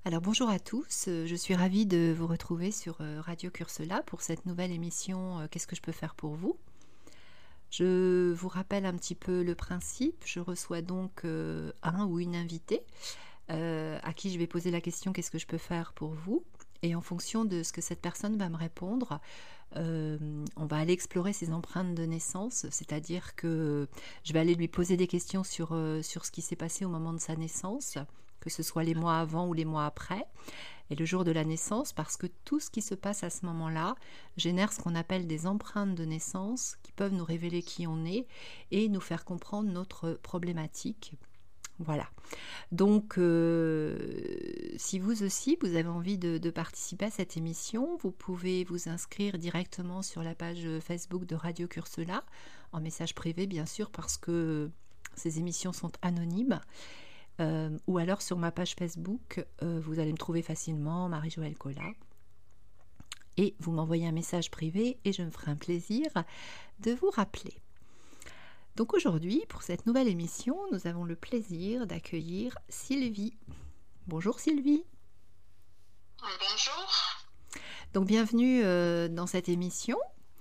Alors bonjour à tous, je suis ravie de vous retrouver sur Radio Cursela pour cette nouvelle émission Qu'est-ce que je peux faire pour vous? Je vous rappelle un petit peu le principe, je reçois donc un ou une invitée à qui je vais poser la question Qu'est-ce que je peux faire pour vous? Et en fonction de ce que cette personne va me répondre, on va aller explorer ses empreintes de naissance, c'est-à-dire que je vais aller lui poser des questions sur ce qui s'est passé au moment de sa naissance, que ce soit les mois avant ou les mois après, et le jour de la naissance, parce que tout ce qui se passe à ce moment-là génère ce qu'on appelle des empreintes de naissance qui peuvent nous révéler qui on est et nous faire comprendre notre problématique. Voilà. Donc, si vous aussi, vous avez envie de participer à cette émission, vous pouvez vous inscrire directement sur la page Facebook de Radio Cursela, en message privé bien sûr, parce que ces émissions sont anonymes. Ou alors sur ma page Facebook, vous allez me trouver facilement, Marie-Joëlle Collat. Et vous m'envoyez un message privé et je me ferai un plaisir de vous rappeler. Donc aujourd'hui, pour cette nouvelle émission, nous avons le plaisir d'accueillir Sylvie. Bonjour Sylvie. Bonjour. Donc bienvenue dans cette émission.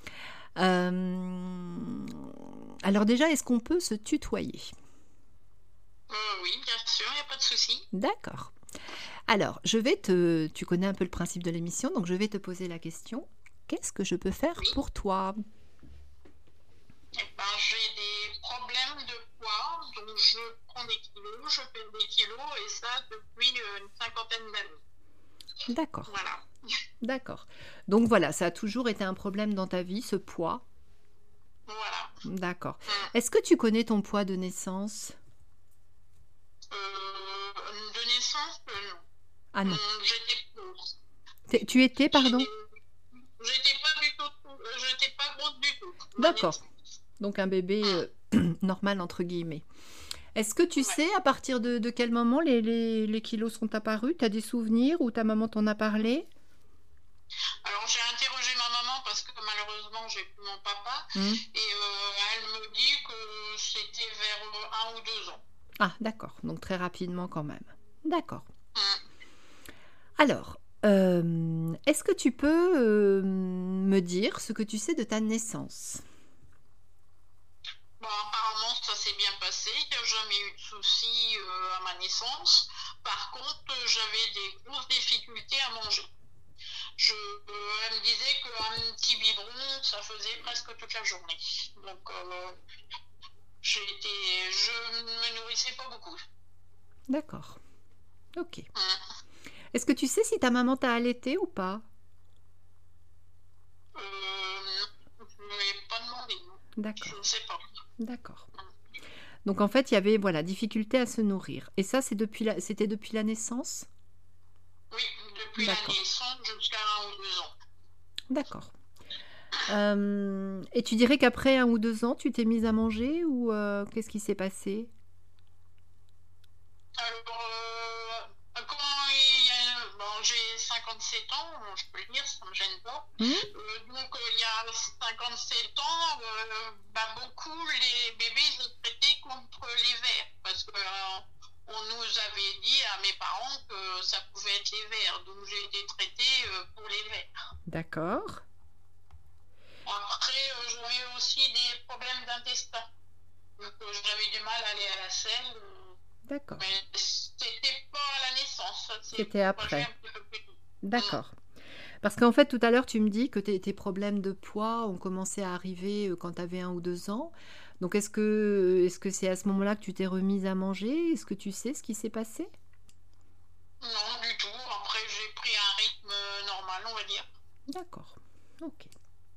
Alors déjà, est-ce qu'on peut se tutoyer ? Oui, bien sûr, il n'y a pas de souci. D'accord. Alors, tu connais un peu le principe de l'émission, donc je vais te poser la question. Qu'est-ce que je peux faire Oui. pour toi ? J'ai des problèmes de poids, donc je prends des kilos, je perds des kilos, et ça depuis une cinquantaine d'années. D'accord. Voilà. D'accord. Donc voilà, ça a toujours été un problème dans ta vie, ce poids. Voilà. D'accord. Est-ce que tu connais ton poids de naissance ? De naissance, non. Ah non. J'étais grosse. Tu étais, pardon ? J'étais pas grosse du tout. D'accord. Donc un bébé normal, entre guillemets. Est-ce que tu sais à partir de quel moment les kilos sont apparus ? Tu as des souvenirs ou ta maman t'en a parlé ? Alors j'ai interrogé ma maman parce que malheureusement j'ai plus mon papa et elle me dit que c'était vers 1 ou 2 ans. Ah d'accord, donc très rapidement quand même. D'accord. Alors, est-ce que tu peux me dire ce que tu sais de ta naissance ? Bon, apparemment ça s'est bien passé, il n'y a jamais eu de soucis à ma naissance. Par contre j'avais des grosses difficultés à manger. Elle me disait qu'un petit biberon ça faisait presque toute la journée. Donc je ne me nourrissais pas beaucoup. D'accord. Ok. Est-ce que tu sais si ta maman t'a allaité ou pas ? Non, je ne lui ai pas demandé. D'accord. Je ne sais pas. D'accord. Donc en fait, il y avait difficulté à se nourrir. Et ça, c'était depuis la naissance ? Oui, depuis la naissance jusqu'à 1 ou 2 ans. D'accord. Et tu dirais qu'après 1 ou 2 ans, tu t'es mise à manger ou qu'est-ce qui s'est passé ? Alors, j'ai 57 ans, je peux le dire, ça ne me gêne pas. Donc, il y a 57 ans, beaucoup les bébés étaient traités contre les vers. Parce qu'on nous avait dit à mes parents que ça pouvait être les vers. Donc, j'ai été traitée pour les vers. D'accord. Après, j'avais aussi des problèmes d'intestin. Donc, j'avais du mal à aller à la selle. D'accord. Mais c'était pas à la naissance. C'était après. D'accord. Parce qu'en fait, tout à l'heure, tu me dis que tes problèmes de poids ont commencé à arriver quand tu avais 1 ou 2 ans. Donc, est-ce que c'est à ce moment-là que tu t'es remise à manger ? Est-ce que tu sais ce qui s'est passé ? Non, du tout. Après, j'ai pris un rythme normal, on va dire. D'accord. Ok.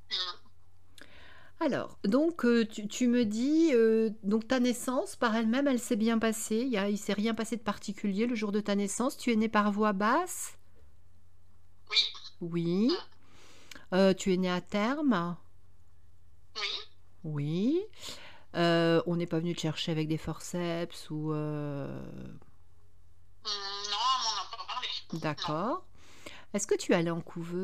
Alors, donc, tu me dis, donc ta naissance, par elle-même, elle s'est bien passée. Il ne s'est rien passé de particulier le jour de ta naissance. Tu es née par voie basse ? Oui. Oui. Tu es née à terme ? Oui. Oui. On n'est pas venu te chercher avec des forceps ou... Non, on m'en a pas parlé. D'accord. Est-ce que tu es allée en couveuse ?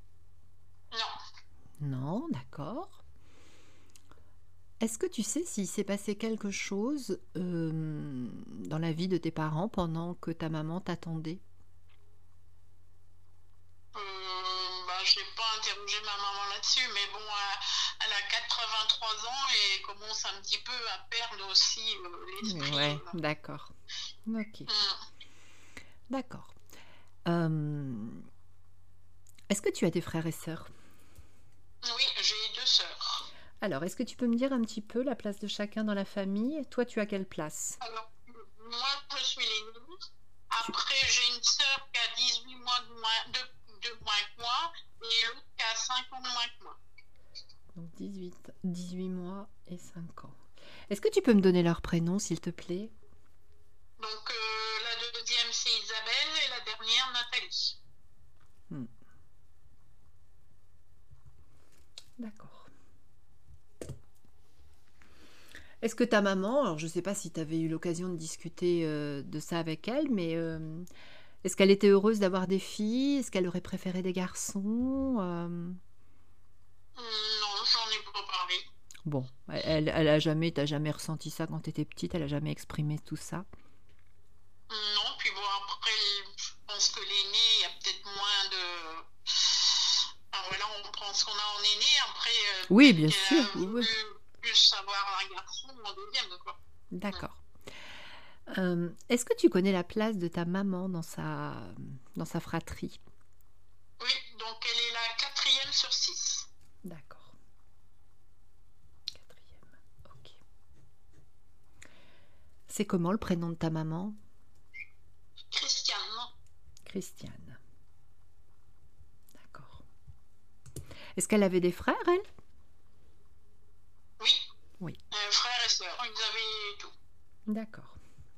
Non. Non, d'accord. Est-ce que tu sais s'il s'est passé quelque chose dans la vie de tes parents pendant que ta maman t'attendait ? commence un petit peu à perdre aussi l'esprit. Ouais, d'accord. Ok, Mm. d'accord. Est-ce que tu as des frères et sœurs? Oui, j'ai 2 sœurs. Alors, est-ce que tu peux me dire un petit peu la place de chacun dans la famille? Toi, tu as quelle place? Alors, moi, je suis l'aînée. Tu... Après, j'ai une sœur qui a 18 mois de moins que moi et l'autre qui a 5 ans de moins que moi. Donc 18 mois et 5 ans. Est-ce que tu peux me donner leur prénom, s'il te plaît? Donc, la deuxième, c'est Isabelle et la dernière, Nathalie. D'accord. Est-ce que ta maman, alors je ne sais pas si tu avais eu l'occasion de discuter de ça avec elle, mais est-ce qu'elle était heureuse d'avoir des filles? Est-ce qu'elle aurait préféré des garçons? Non, j'en ai pas parlé. Bon, elle a jamais, t'as jamais ressenti ça quand tu étais petite, elle a jamais exprimé tout ça. Non, puis bon, après, je pense que l'aîné, il y a peut-être moins de... Enfin, voilà, on prend ce qu'on a en aîné. Après, Oui, peut-être bien qu'elle sûr. a Oui, oui. voulu plus avoir un garçon en deuxième, quoi. D'accord. Est-ce que tu connais la place de ta maman dans sa fratrie? Oui, donc elle est la 4e sur 6. D'accord. 4e. Ok. C'est comment le prénom de ta maman? Christiane, non? Christiane. D'accord. Est-ce qu'elle avait des frères, elle? Oui. Oui. Frères et sœurs, ils avaient tout. D'accord.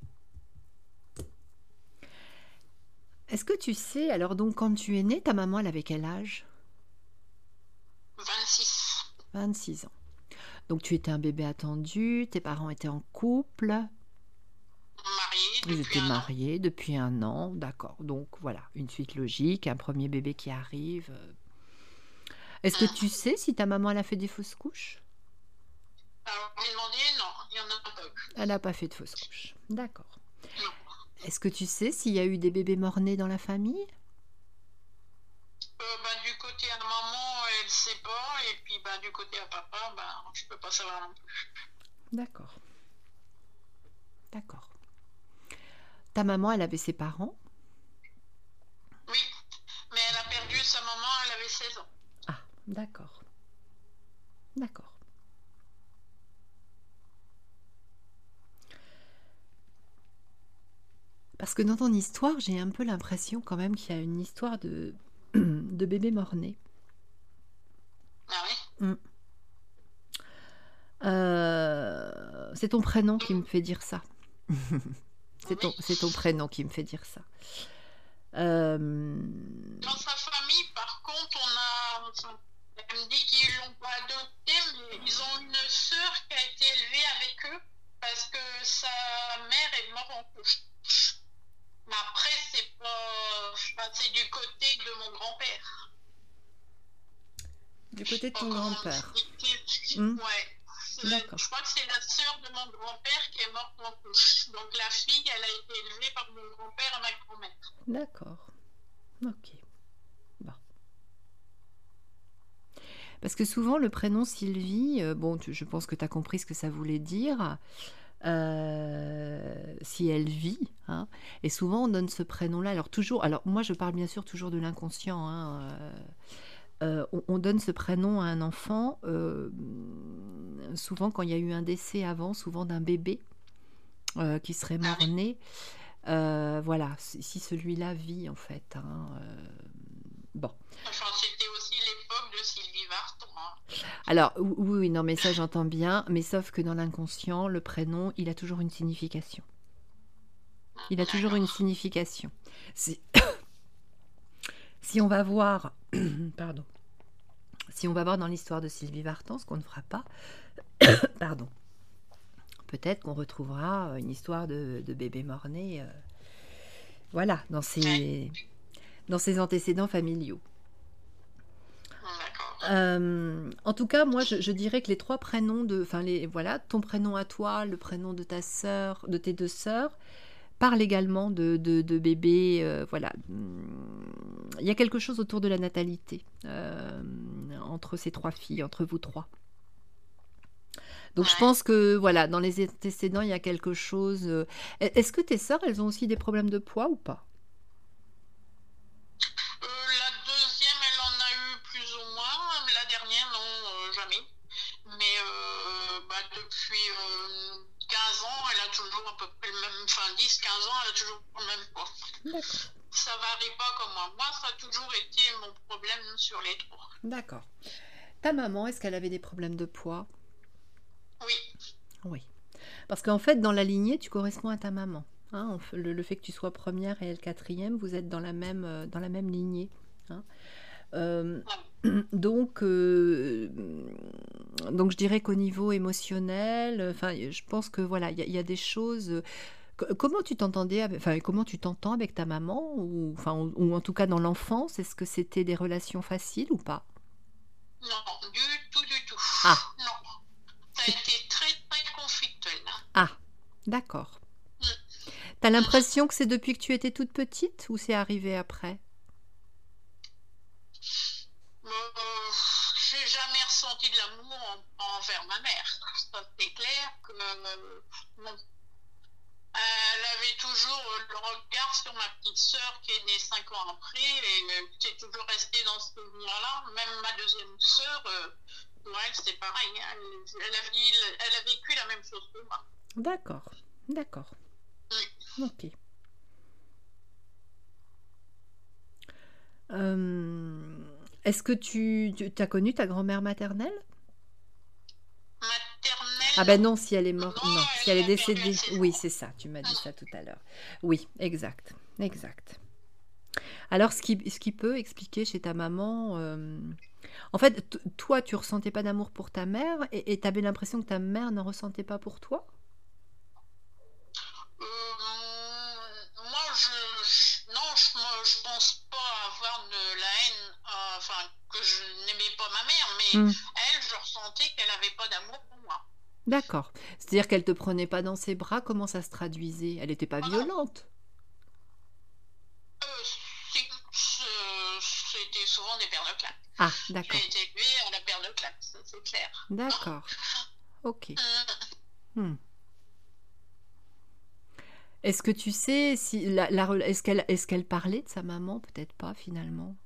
Est-ce que tu sais, alors donc quand tu es née, ta maman, elle avait quel âge? 26. 26 ans. Donc tu étais un bébé attendu, tes parents étaient en couple, Mariée ils depuis étaient 1 an. mariés depuis 1 an, d'accord. Donc voilà, une suite logique, un premier bébé qui arrive. Est-ce que tu sais si ta maman, elle a fait des fausses couches? Alors, j'ai demandé, non, il n'y en a pas eu. Elle n'a pas fait de fausses couches. D'accord. Non. Est-ce que tu sais s'il y a eu des bébés morts-nés dans la famille? Du côté à maman, elle ne sait pas. Et puis du côté à papa, je ne peux pas savoir non plus. D'accord. D'accord. Ta maman, elle avait ses parents? Oui, mais elle a perdu sa maman, elle avait 16 ans. Ah, d'accord. D'accord. Parce que dans ton histoire, j'ai un peu l'impression quand même qu'il y a une histoire de, de bébé mort-né. Ah oui? C'est ton prénom qui me fait dire ça. Oui. C'est ton prénom qui me fait dire ça. Dans sa famille, par contre, elle me dit qu'ils l'ont pas adopté, mais ils ont une sœur qui a été élevée avec eux parce que sa mère est morte en couche. Mais après, c'est du côté de mon grand-père. Du côté de ton Comment grand-père. expliquer? Ouais. D'accord. Je crois que c'est la sœur de mon grand-père qui est morte en couche. Donc la fille, elle a été élevée par mon grand-père et ma grand-mère. D'accord. Ok. Bon. Parce que souvent, le prénom Sylvie, bon, je pense que tu as compris ce que ça voulait dire. Si elle vit, hein, et souvent on donne ce prénom-là. Alors moi je parle bien sûr toujours de l'inconscient. Hein, on donne ce prénom à un enfant, souvent quand il y a eu un décès avant, souvent d'un bébé qui serait mort-né. Voilà, si celui-là vit en fait. Hein, bon. Enfin, c'était aussi l'époque de Sylvie Vartan. Hein. Alors, oui, non, mais ça j'entends bien, mais sauf que dans l'inconscient, le prénom, il a toujours une signification. Il a toujours une signification. Si on va voir, pardon, si on va voir dans l'histoire de Sylvie Vartan, ce qu'on ne fera pas, pardon, peut-être qu'on retrouvera une histoire de bébé mort-né, voilà, dans ses antécédents familiaux. En tout cas, moi, je dirais que les 3 prénoms voilà, ton prénom à toi, le prénom de ta sœur, de tes 2 sœurs, parlent également de bébés. Voilà, il y a quelque chose autour de la natalité entre ces 3 filles, entre vous 3. Donc je Ouais. pense que voilà, dans les antécédents, il y a quelque chose. Est-ce que tes sœurs, elles ont aussi des problèmes de poids ou pas? La deuxième, elle en a eu plus ou moins. La dernière, non, jamais. Mais depuis 15 ans, elle a toujours à peu près le même, enfin 10, 15 ans, elle a toujours le même poids. D'accord, Ça varie pas comme moi. Moi, ça a toujours été mon problème sur les trois. d'accord. Ta maman, est-ce qu'elle avait des problèmes de poids? Oui, Oui. Parce qu'en fait, dans la lignée, tu corresponds à ta maman. Hein, le fait que tu sois première et elle quatrième, vous êtes dans la même lignée. Hein. Euh, ouais. donc, euh, donc, je dirais qu'au niveau émotionnel, enfin, je pense que voilà, il y a des choses. Comment tu t'entendais, enfin, comment tu t'entends avec ta maman, ou, enfin, ou en tout cas dans l'enfance, est-ce que c'était des relations faciles ou pas? Non, du tout, du tout. Ah, Non, ça a c'est été très, très conflictuel. ah, d'accord. Mm. T'as Mm. l'impression que c'est depuis que tu étais toute petite ou c'est arrivé après? J'ai jamais ressenti de l'amour envers ma mère. Ça, c'est clair que non. Elle avait toujours le regard sur ma petite sœur qui est née 5 ans après et c'est toujours resté dans ce souvenir-là. Même ma deuxième sœur, pour elle, c'est pareil. Elle a vécu la même chose que moi. D'accord, d'accord. Oui. Ok. Est-ce que tu as connu ta grand-mère maternelle? Ah Maternelle, ben non. non, si elle est morte, Non, non, si elle elle est l'a perdue décédée. assez Oui, jeune. c'est ça, tu m'as dit ça Mm. tout à l'heure. Oui, exact, exact. Alors, ce qui peut expliquer chez ta maman, en fait, toi, tu ressentais pas d'amour pour ta mère et tu avais l'impression que ta mère ne ressentait pas pour toi? Moi, non, je pense pas avoir de la haine, enfin, que je n'aimais pas ma mère, mais Hmm, elle, je ressentais qu'elle avait pas d'amour pour moi. d'accord. C'est-à-dire qu'elle te prenait pas dans ses bras, comment ça se traduisait? Elle n'était pas Ah non, violente? euh, c'était souvent des paires de claques. Ah, J'ai d'accord, été élevée à la paire de claques, ça, c'est clair. d'accord, ok. Hum, Hmm. Est-ce que tu sais si est-ce qu'elle parlait de sa maman? Peut-être pas finalement.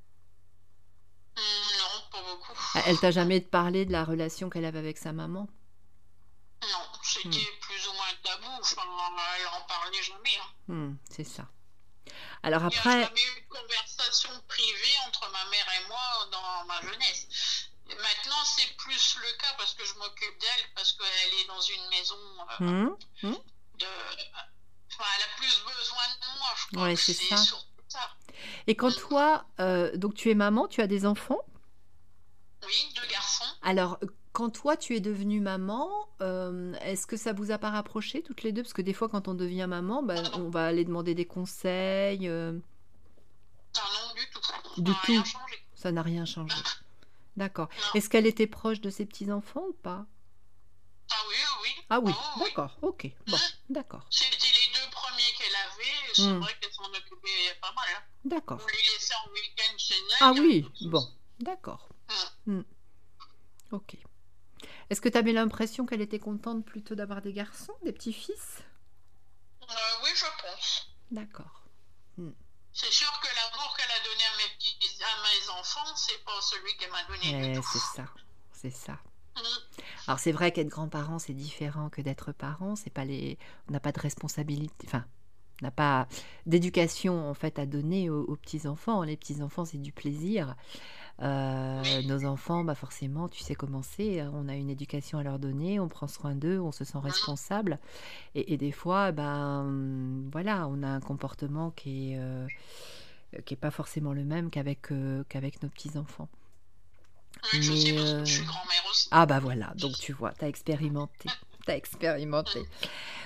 non, pas beaucoup. Elle t'a jamais parlé de la relation qu'elle avait avec sa maman? Non, Hmm, c'était plus ou moins tabou. Enfin, elle en parlait jamais, hein. c'est ça. Alors Il n'y a après, jamais eu de conversation privée entre ma mère et moi dans ma jeunesse. Et maintenant, c'est plus le cas parce que je m'occupe d'elle, parce qu'elle est dans une maison hmm, hmm, de... Enfin, elle a plus besoin de moi, je crois ouais, que c'est c'est ça. surtout ça. Et quand Mm. toi, donc tu es maman, tu as des enfants? Oui, deux garçons. Alors, quand toi tu es devenue maman, est-ce que ça vous a pas rapproché toutes les deux? Parce que des fois, quand on devient maman, Ah ben, non, on va aller demander des conseils. ah non, du tout. Ça Du n'a rien tout. changé. Ça n'a rien changé. D'accord. Non. Est-ce qu'elle était proche de ses petits-enfants ou pas? Ah oui, oui, oui. Ah Ah oui, oui, oui. d'accord, ok, bon, Mm. d'accord. C'était les deux premiers qu'elle avait, et c'est Hmm, vrai qu'elle s'en occupait pas mal, hein. On d'accord. les laissait en week-end chez elle, Ah il n'y avait oui, pas de bon, souci. d'accord. Mm. Hmm, ok. Est-ce que tu avais l'impression qu'elle était contente plutôt d'avoir des garçons, des petits-fils? Oui, je pense. D'accord. Hmm. C'est sûr que l'amour qu'elle a donné à mes enfants, c'est pas celui qu'elle m'a donné du tout. C'est ça, c'est ça. Mm. Alors c'est vrai qu'être grand-parent, c'est différent que d'être parent. C'est pas on n'a pas de responsabilité, enfin, on n'a pas d'éducation en fait à donner aux petits-enfants. Les petits-enfants, c'est du plaisir. Oui. Nos enfants, bah forcément, tu sais comment c'est. On a une éducation à leur donner, on prend soin d'eux, on se sent Mm. responsable. Et des fois, ben voilà, on a un comportement qui est pas forcément le même qu'avec nos petits-enfants. Oui, je sais Mais parce que je suis grand-mère aussi. ah bah voilà, donc tu vois, t'as expérimenté. T'as expérimenté. Mm.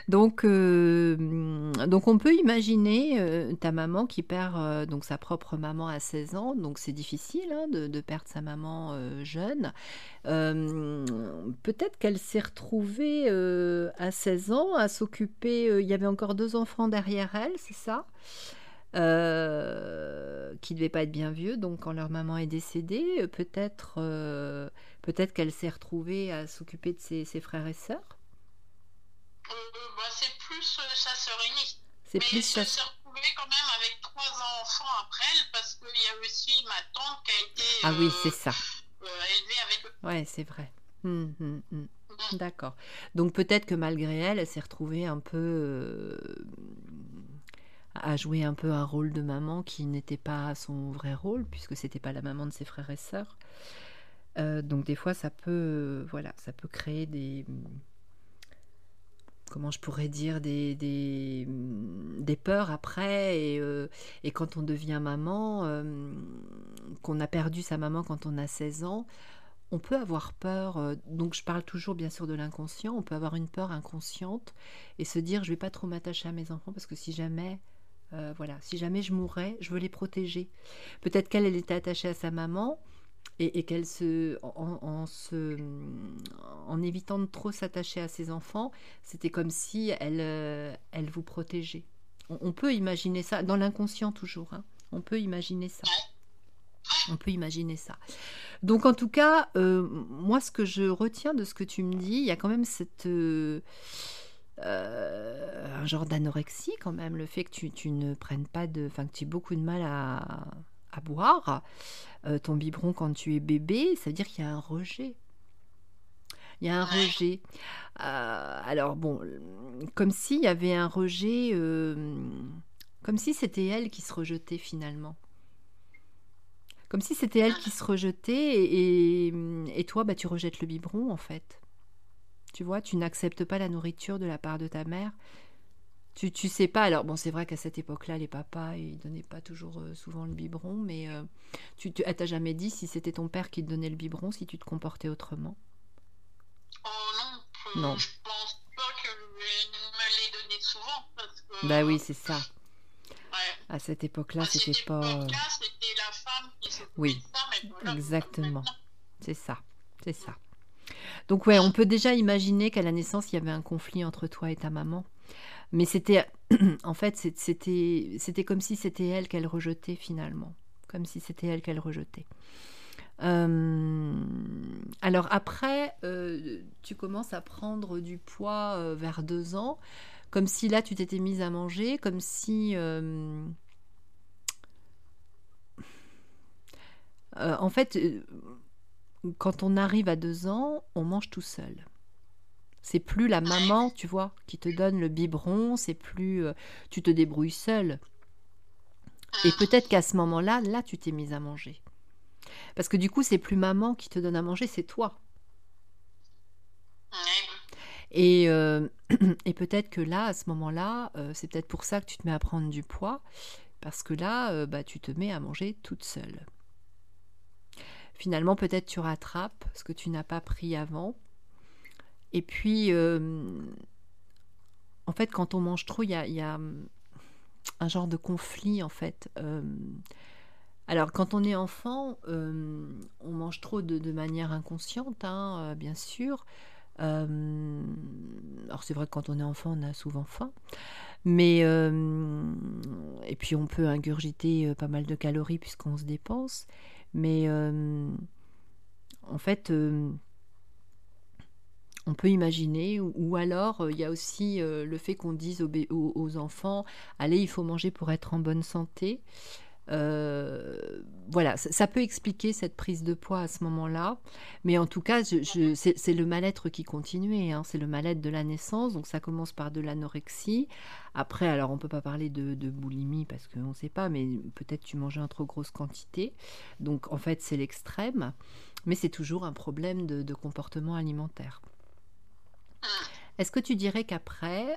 Donc on peut imaginer ta maman qui perd donc sa propre maman à 16 ans, donc c'est difficile hein, de perdre sa maman jeune. Euh, Peut-être qu'elle s'est retrouvée à 16 ans à s'occuper, il y avait encore deux enfants derrière elle, c'est ça? qui ne devaient pas être bien vieux. Donc quand leur maman est décédée, peut-être qu'elle s'est retrouvée à s'occuper de ses frères et sœurs. C'est plus sa sœur aînée. C'est Mais plus elle ça. s'est retrouvée quand même avec 3 enfants après elle, parce qu'il y a aussi ma tante qui a été Ah oui, c'est ça. élevée avec eux. Ouais, c'est vrai. D'accord. Donc peut-être que malgré elle, elle s'est retrouvée un peu à jouer un peu un rôle de maman qui n'était pas son vrai rôle, puisque c'était pas la maman de ses frères et sœurs. Donc des fois, ça peut créer des, comment je pourrais dire, des peurs après. Et quand on devient maman, qu'on a perdu sa maman quand on a 16 ans, on peut avoir peur. Donc je parle toujours bien sûr de l'inconscient. On peut avoir une peur inconsciente et se dire, je vais pas trop m'attacher à mes enfants parce que si jamais je mourrais, je veux les protéger. Peut-être qu'elle était attachée à sa maman et qu'elle en évitant de trop s'attacher à ses enfants, c'était comme si elle vous protégeait. On peut imaginer ça, dans l'inconscient toujours, hein. On peut imaginer ça. On peut imaginer ça. Donc en tout cas, moi ce que je retiens de ce que tu me dis, il y a quand même un genre d'anorexie quand même, le fait que tu ne prennes pas enfin que tu aies beaucoup de mal à boire ton biberon quand tu es bébé, ça veut dire qu'il y a un rejet. Il y a un rejet. Alors bon, comme s'il y avait un rejet, comme si c'était elle qui se rejetait finalement. Comme si c'était elle qui se rejetait et toi, tu rejettes le biberon en fait. Tu vois, tu n'acceptes pas la nourriture de la part de ta mère. Tu sais pas. Alors bon, c'est vrai qu'à cette époque-là, les papas, ils donnaient pas toujours souvent le biberon, mais elle t'a jamais dit si c'était ton père qui te donnait le biberon, si tu te comportais autrement? Oh non, Non. je pense pas que me l'ait donné souvent, parce que Bah oui, c'est ça. ouais. À cette époque-là, À cette c'était pas. époque-là, c'était la femme qui s'occupait Oui, de ça, mais voilà, exactement. maintenant. C'est ça. C'est ça. Donc ouais, on peut déjà imaginer qu'à la naissance, il y avait un conflit entre toi et ta maman. Mais c'était, en fait, c'était comme si c'était elle qu'elle rejetait finalement. Comme si c'était elle qu'elle rejetait. Alors après, tu commences à prendre du poids vers 2 ans. Comme si là, tu t'étais mise à manger. Comme si... en fait, quand on arrive à 2 ans, on mange tout seul. C'est plus la maman, tu vois, qui te donne le biberon, c'est plus... tu te débrouilles seule. Et peut-être qu'à ce moment-là, là, tu t'es mise à manger. Parce que du coup, c'est plus maman qui te donne à manger, c'est toi. Et peut-être que là, à ce moment-là, c'est peut-être pour ça que tu te mets à prendre du poids, parce que là, tu te mets à manger toute seule. Finalement, peut-être tu rattrapes ce que tu n'as pas pris avant. Et puis, en fait, quand on mange trop, il y a un genre de conflit, en fait. Alors, quand on est enfant, on mange trop de manière inconsciente, hein, bien sûr. Alors, c'est vrai que quand on est enfant, on a souvent faim. Mais, et puis, on peut ingurgiter pas mal de calories puisqu'on se dépense. Mais, en fait... on peut imaginer, ou alors il y a aussi le fait qu'on dise aux enfants, allez, il faut manger pour être en bonne santé. Voilà, ça peut expliquer cette prise de poids à ce moment-là, mais en tout cas, c'est le mal-être qui continuait, hein, c'est le mal-être de la naissance, donc ça commence par de l'anorexie. Après, alors on peut pas parler de boulimie parce qu'on ne sait pas, mais peut-être tu mangeais en trop grosse quantité, donc en fait c'est l'extrême, mais c'est toujours un problème de comportement alimentaire. Est-ce que tu dirais qu'après,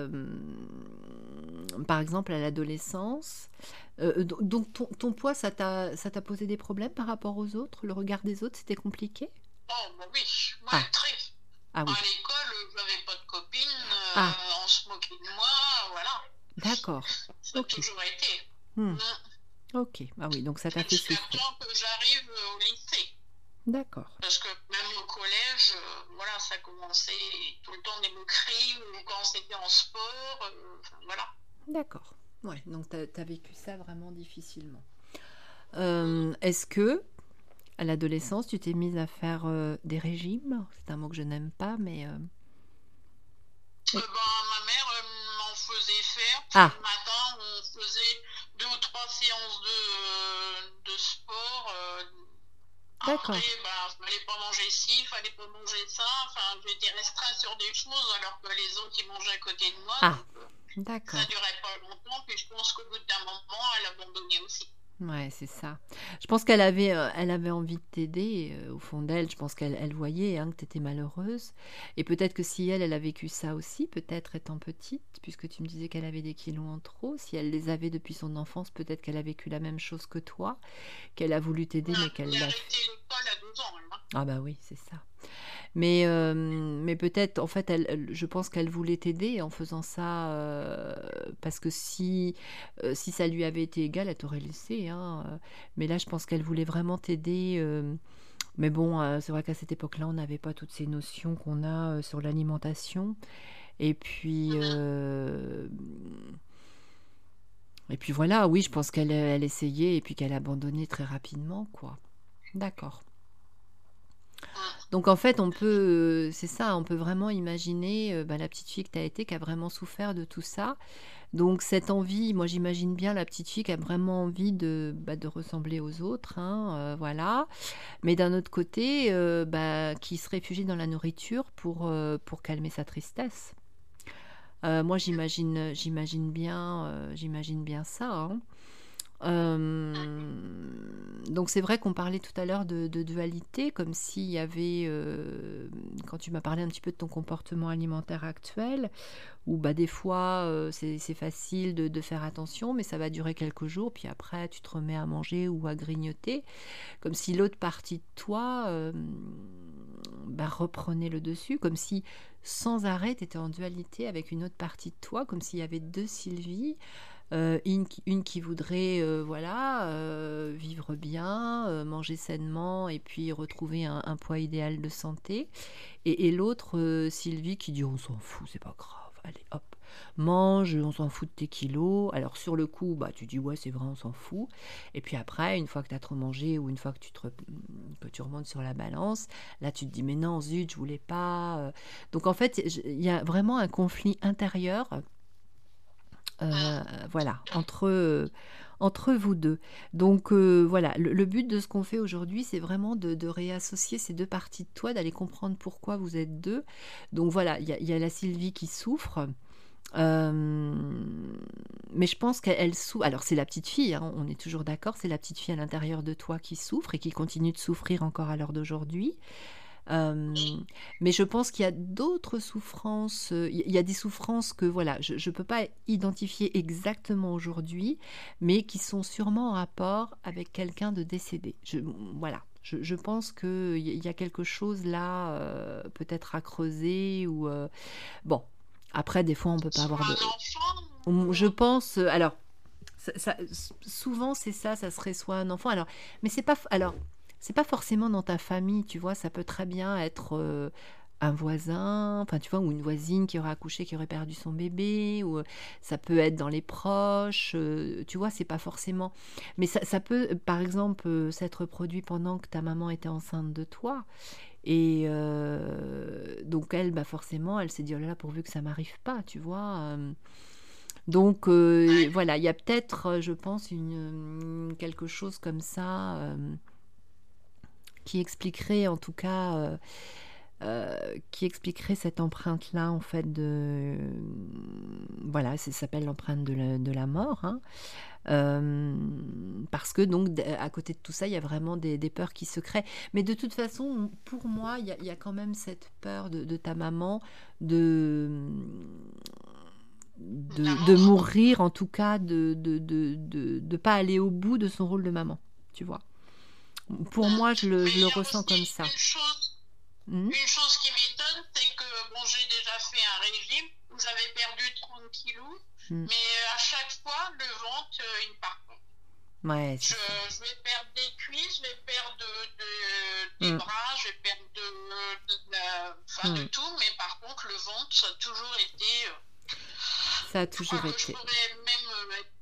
par exemple à l'adolescence, donc ton poids, ça t'a posé des problèmes par rapport aux autres? Le regard des autres, c'était compliqué? Oh, bah oui, moi, très. Ah oui. À l'école, j'avais pas de copine, Ah. on se moquait de moi, voilà. D'accord. Ça a Ok. toujours été. Ok. Ah oui, donc ça t'a fait souffrir. Jusqu'à temps que j'arrive au lycée. D'accord. Parce que même au collège, voilà, ça commençait tout le temps des moqueries, ou quand c'était en sport, enfin, voilà. D'accord. Ouais, donc tu as vécu ça vraiment difficilement. Est-ce que, à l'adolescence, tu t'es mise à faire des régimes? C'est un mot que je n'aime pas, mais... Ben, ma mère m'en faisait faire, puis Ah, le matin, on faisait 2 ou 3 séances de sport. Après, d'accord. ben, fallait pas manger ci, fallait pas manger ça. Enfin, j'étais restreinte sur des choses alors que les autres, ils mangeaient à côté de moi. Ah, Donc, ça d'accord. durait pas longtemps. Puis je pense qu'au bout d'un moment, elle abandonnait aussi. Ouais, c'est ça. Je pense elle avait envie de t'aider au fond d'elle. Je pense qu'elle voyait hein, que tu étais malheureuse. Et peut-être que si elle a vécu ça aussi, peut-être étant petite, puisque tu me disais qu'elle avait des kilos en trop, si elle les avait depuis son enfance, peut-être qu'elle a vécu la même chose que toi, qu'elle a voulu t'aider, mais Elle qu'elle a l'a fait. arrêté l'école à 12 ans, elle, hein. Ah bah oui, c'est ça. Mais peut-être, en fait, je pense qu'elle voulait t'aider en faisant ça, parce que si ça lui avait été égal, elle t'aurait laissé, hein. Mais là, je pense qu'elle voulait vraiment t'aider. Mais bon, c'est vrai qu'à cette époque-là, on n'avait pas toutes ces notions qu'on a sur l'alimentation. Et puis, Mhm. et puis voilà, oui, je pense qu'elle essayait et puis qu'elle abandonnait très rapidement, quoi. D'accord. Donc en fait, c'est ça, on peut vraiment imaginer la petite fille que tu as été, qui a vraiment souffert de tout ça. Donc cette envie, moi j'imagine bien la petite fille qui a vraiment envie de ressembler aux autres, hein, voilà. Mais d'un autre côté, qui se réfugie dans la nourriture pour calmer sa tristesse. Moi j'imagine bien ça, hein. Donc c'est vrai qu'on parlait tout à l'heure de dualité, comme s'il y avait, quand tu m'as parlé un petit peu de ton comportement alimentaire actuel, où bah, des fois c'est facile de faire attention, mais ça va durer quelques jours, puis après tu te remets à manger ou à grignoter, comme si l'autre partie de toi reprenait le dessus, comme si sans arrêt tu étais en dualité avec une autre partie de toi, comme s'il y avait deux Sylvie. Une qui voudrait voilà, vivre bien, manger sainement et puis retrouver un poids idéal de santé. Et l'autre, Sylvie, qui dit on s'en fout, c'est pas grave, allez hop, mange, on s'en fout de tes kilos. Alors sur le coup, bah, tu dis ouais c'est vrai, on s'en fout. Et puis après, une fois que tu as trop mangé ou une fois que que tu remontes sur la balance, là tu te dis mais non, zut, je voulais pas. Donc en fait, il y a vraiment un conflit intérieur voilà, entre vous deux. Donc voilà, le but de ce qu'on fait aujourd'hui, c'est vraiment de réassocier ces deux parties de toi, d'aller comprendre pourquoi vous êtes deux. Donc voilà, il y a la Sylvie qui souffre. euh, mais je pense qu'elle souffre. Alors c'est la petite fille, hein, on est toujours d'accord, c'est la petite fille à l'intérieur de toi qui souffre et qui continue de souffrir encore à l'heure d'aujourd'hui. Euh, mais je pense qu'il y a d'autres souffrances. Il y a des souffrances que voilà, je ne peux pas identifier exactement aujourd'hui, mais qui sont sûrement en rapport avec quelqu'un de décédé. Voilà. Je pense qu'il y a quelque chose là, peut-être à creuser ou bon. Après, des fois, on peut pas Sur avoir de. un enfant Je pense. Alors, souvent c'est ça, ça serait soit un enfant. Alors, mais c'est pas forcément dans ta famille, tu vois. Ça peut très bien être un voisin, enfin tu vois, ou une voisine qui aurait accouché, qui aurait perdu son bébé, ou ça peut être dans les proches. Tu vois, c'est pas forcément. Mais ça peut, par exemple, s'être produit pendant que ta maman était enceinte de toi. Et donc elle, bah forcément, elle s'est dit oh là là, pourvu que ça m'arrive pas, tu vois. Donc ouais. voilà, il y a peut-être, je pense, quelque chose comme ça qui expliquerait en tout cas, qui expliquerait cette empreinte-là en fait voilà, ça s'appelle l'empreinte de la mort, hein. Parce que donc à côté de tout ça, il y a vraiment des peurs qui se créent. Mais de toute façon, pour moi, il y a quand même cette peur de ta maman de La de mort. mourir, en tout cas, de pas aller au bout de son rôle de maman, tu vois. Pour Mm. moi, Mais je il le y a ressens comme aussi ça. Mhm. une chose qui m'étonne, c'est que bon, j'ai déjà fait un régime où j'avais perdu 30 kilos, Mhm. mais à chaque fois, le ventre, il ne part pas. Ouais, c'est Je, ça. je vais perdre des cuisses, je vais perdre des Mhm. bras, je vais perdre enfin, de Mhm. tout, mais par contre, le ventre, ça a toujours été. Ça a Je crois toujours que je été. pourrais même être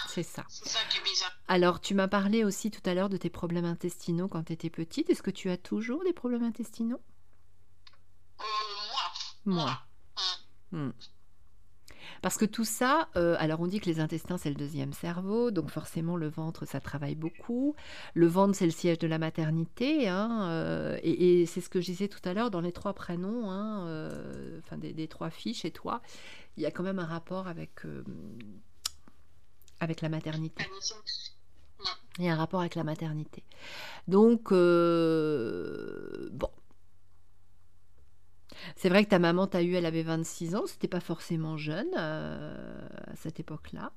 C'est ça. C'est ça qui est bizarre. Alors, tu m'as parlé aussi tout à l'heure de tes problèmes intestinaux quand tu étais petite. Est-ce que tu as toujours des problèmes intestinaux? Moi. Moi. Hmm. Parce que tout ça, alors on dit que les intestins, c'est le deuxième cerveau, donc forcément le ventre, ça travaille beaucoup. Le ventre, c'est le siège de la maternité, hein, et c'est ce que je disais tout à l'heure, dans les 3 prénoms, hein, enfin des 3 filles chez toi, il y a quand même un rapport avec la maternité. Il y a un rapport avec la maternité. Donc, bon. C'est vrai que ta maman t'a eu, elle avait 26 ans, c'était pas forcément jeune à cette époque-là.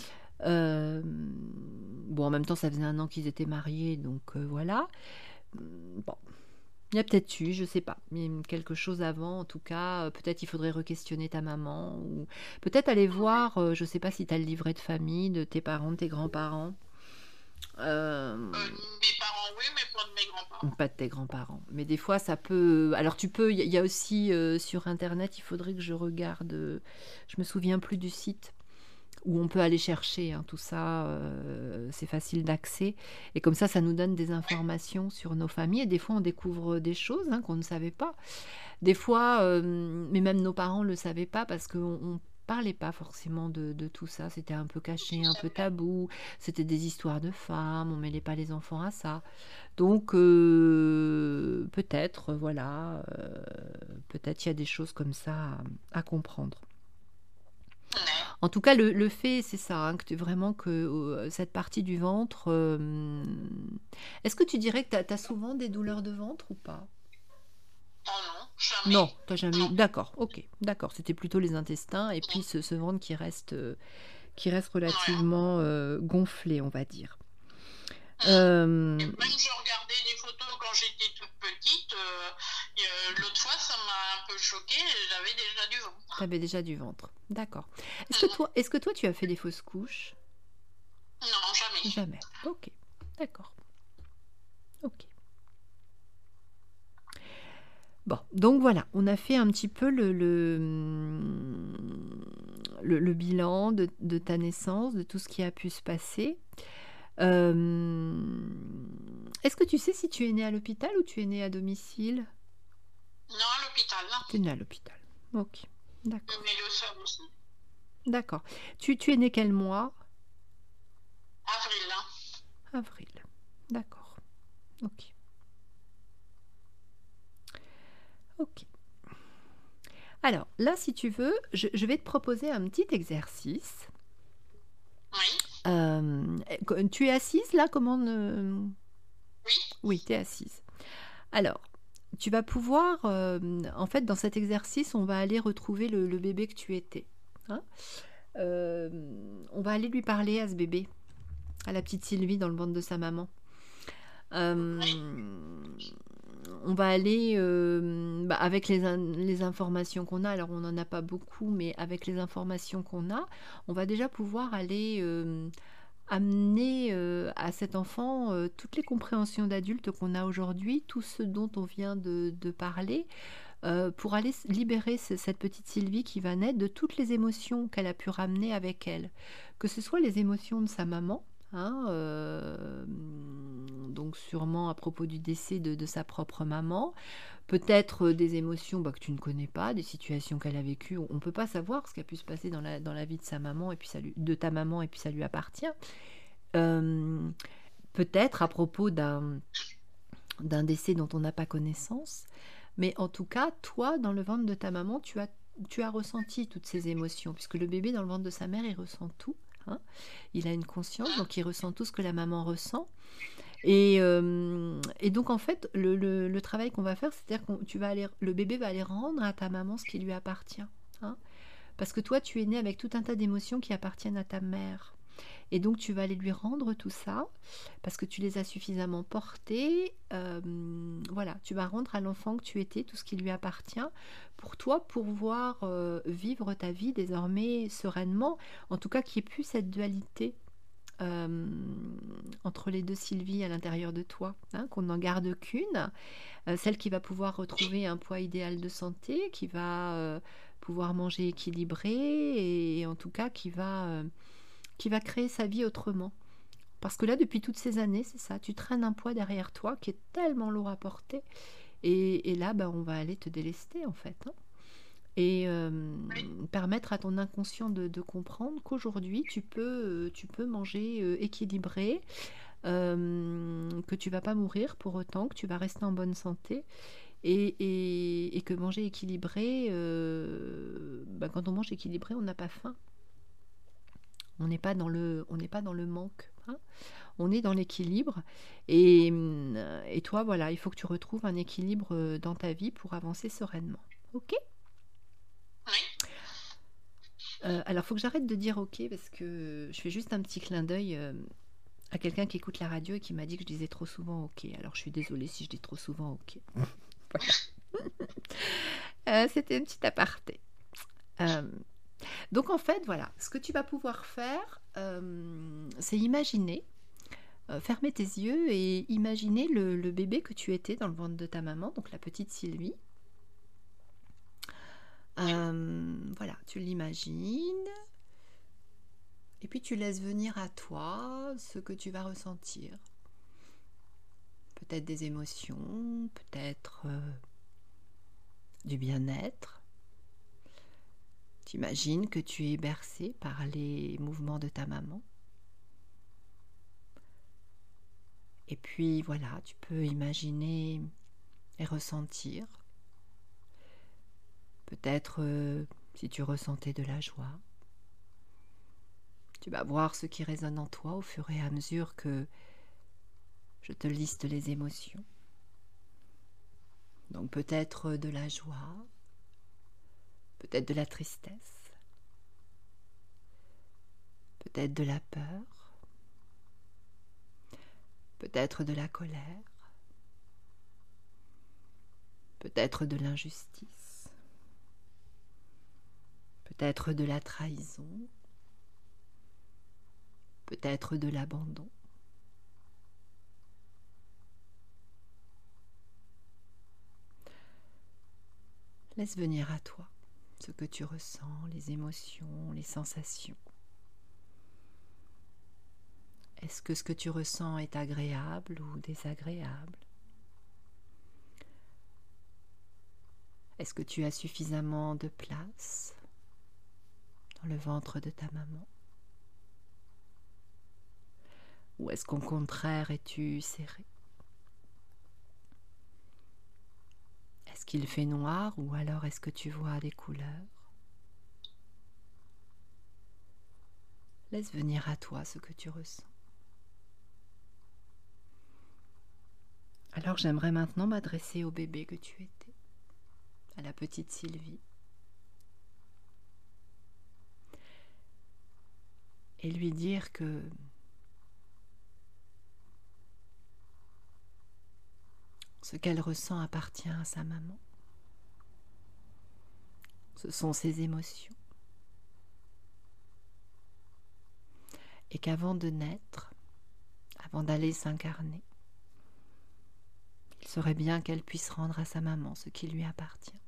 Bon, en même temps, ça faisait 1 an qu'ils étaient mariés, donc voilà. Bon, il y a peut-être eu, je sais pas, mais quelque chose avant, en tout cas. Peut-être il faudrait re-questionner ta maman, ou peut-être aller voir, je sais pas si tu as le livret de famille de tes parents, de tes grands-parents. Mes parents, oui, mais pas de mes grands-parents. Pas de tes grands-parents. Mais des fois, ça peut... Alors, tu peux... Il y a aussi sur Internet, il faudrait que je regarde... je me souviens plus du site où on peut aller chercher tout ça. C'est facile d'accès. Et comme ça nous donne des informations sur nos familles. Et des fois, on découvre des choses qu'on ne savait pas. Des fois, mais même nos parents ne le savaient pas parce qu'on parlait pas forcément de tout ça. C'était un peu caché, un peu tabou. C'était des histoires de femmes. On mêlait pas les enfants à ça. Donc, peut-être, voilà, peut-être il y a des choses comme ça à comprendre. En tout cas, le fait, c'est ça, que vraiment que cette partie du ventre... Est-ce que tu dirais que tu as souvent des douleurs de ventre ou pas? Oh non, jamais. Non, tu n'as jamais eu. D'accord, ok, d'accord. C'était plutôt les intestins et puis ce ventre qui reste relativement gonflé, on va dire. Même je regardais des photos quand j'étais toute petite. L'autre fois, ça m'a un peu choquée. J'avais déjà du ventre. Tu avais déjà du ventre. D'accord. Est-ce que toi, tu as fait des fausses couches? Non, jamais. Jamais. Ok. D'accord. Ok. Bon, donc voilà, on a fait un petit peu le bilan de ta naissance, de tout ce qui a pu se passer. Est-ce que tu sais si tu es née à l'hôpital ou tu es née à domicile? Non, à l'hôpital. Tu es née à l'hôpital. Ok, d'accord. Mais le soir aussi. D'accord. Tu es née quel mois? Avril. Avril. D'accord. Ok. Ok. Alors, là, si tu veux, je vais te proposer un petit exercice. Oui. Tu es assise là? Comment Oui. Oui, tu es assise. Alors, tu vas pouvoir, en fait, dans cet exercice, on va aller retrouver le bébé que tu étais. On va aller lui parler à ce bébé, à la petite Sylvie dans le ventre de sa maman. On va aller avec les informations qu'on a. Alors, on n'en a pas beaucoup, mais avec les informations qu'on a, on va déjà pouvoir aller amener à cet enfant toutes les compréhensions d'adultes qu'on a aujourd'hui, tout ce dont on vient de parler, pour aller libérer cette petite Sylvie qui va naître de toutes les émotions qu'elle a pu ramener avec elle. Que ce soit les émotions de sa maman, donc sûrement à propos du décès de sa propre maman, peut-être des émotions que tu ne connais pas, des situations qu'elle a vécues. On ne peut pas savoir ce qui a pu se passer dans la vie de sa maman et puis de ta maman et puis ça lui appartient. Peut-être à propos d'un décès dont on n'a pas connaissance, mais en tout cas, toi, dans le ventre de ta maman, tu as ressenti toutes ces émotions, puisque le bébé dans le ventre de sa mère, il ressent tout. Il a une conscience, donc il ressent tout ce que la maman ressent. Et donc en fait, le travail qu'on va faire, c'est-à-dire que le bébé va aller rendre à ta maman ce qui lui appartient. Parce que toi, tu es né avec tout un tas d'émotions qui appartiennent à ta mère. Et donc tu vas aller lui rendre tout ça, parce que tu les as suffisamment portés. Voilà, tu vas rendre à l'enfant que tu étais tout ce qui lui appartient, pour toi pouvoir vivre ta vie désormais sereinement, en tout cas qu'il n'y ait plus cette dualité entre les deux Sylvie à l'intérieur de toi, qu'on n'en garde qu'une, celle qui va pouvoir retrouver un poids idéal de santé, qui va pouvoir manger équilibré, et en tout cas qui va qui va créer sa vie autrement. Parce que là, depuis toutes ces années, c'est ça, tu traînes un poids derrière toi qui est tellement lourd à porter. Et là, on va aller te délester, en fait. Hein. Et permettre à ton inconscient de comprendre qu'aujourd'hui, tu peux manger équilibré, que tu vas pas mourir pour autant, que tu vas rester en bonne santé. Et que manger équilibré, quand on mange équilibré, on n'a pas faim. On n'est pas dans le manque. Hein. On est dans l'équilibre. Et toi, voilà, il faut que tu retrouves un équilibre dans ta vie pour avancer sereinement. Ok ? Oui. Alors, il faut que j'arrête de dire ok parce que je fais juste un petit clin d'œil à quelqu'un qui écoute la radio et qui m'a dit que je disais trop souvent ok. Alors, je suis désolée si je dis trop souvent ok. Voilà. C'était un petit aparté. Donc en fait, voilà, ce que tu vas pouvoir faire, c'est imaginer, fermer tes yeux et imaginer le bébé que tu étais dans le ventre de ta maman, donc la petite Sylvie. Voilà, tu l'imagines. Et puis tu laisses venir à toi ce que tu vas ressentir. Peut-être des émotions, peut-être du bien-être. T'imagines que tu es bercé par les mouvements de ta maman. Et puis voilà, tu peux imaginer et ressentir. Peut-être si tu ressentais de la joie. Tu vas voir ce qui résonne en toi au fur et à mesure que je te liste les émotions. Donc peut-être de la joie, peut-être de la tristesse, peut-être de la peur, peut-être de la colère, peut-être de l'injustice, peut-être de la trahison, peut-être de l'abandon. Laisse venir à toi ce que tu ressens, les émotions, les sensations. Est-ce que ce que tu ressens est agréable ou désagréable ? Est-ce que tu as suffisamment de place dans le ventre de ta maman ? Ou est-ce qu'au contraire, es-tu serré ? Est-ce qu'il fait noir ou alors est-ce que tu vois des couleurs ? Laisse venir à toi ce que tu ressens. Alors j'aimerais maintenant m'adresser au bébé que tu étais, à la petite Sylvie, et lui dire que ce qu'elle ressent appartient à sa maman. Ce sont ses émotions. Et qu'avant de naître, avant d'aller s'incarner, il serait bien qu'elle puisse rendre à sa maman ce qui lui appartient,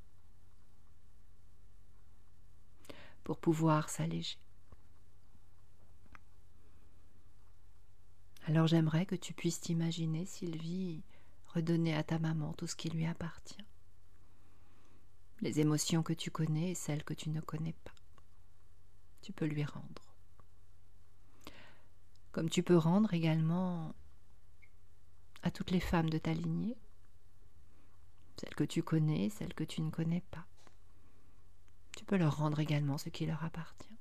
pour pouvoir s'alléger. Alors j'aimerais que tu puisses t'imaginer, Sylvie, redonner à ta maman tout ce qui lui appartient. Les émotions que tu connais et celles que tu ne connais pas. Tu peux lui rendre. Comme tu peux rendre également à toutes les femmes de ta lignée, celles que tu connais, celles que tu ne connais pas. Tu peux leur rendre également ce qui leur appartient.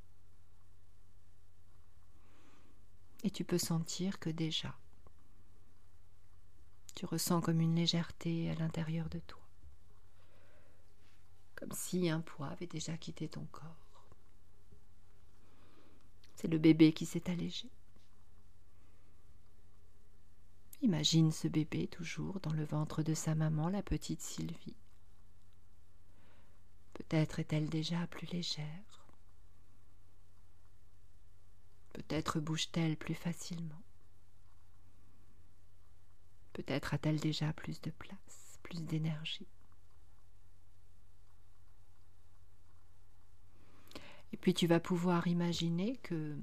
Et tu peux sentir que déjà, tu ressens comme une légèreté à l'intérieur de toi. Comme si un poids avait déjà quitté ton corps. C'est le bébé qui s'est allégé. Imagine ce bébé toujours dans le ventre de sa maman, la petite Sylvie. Peut-être est-elle déjà plus légère. Peut-être bouge-t-elle plus facilement. Peut-être a-t-elle déjà plus de place, plus d'énergie. Et puis tu vas pouvoir imaginer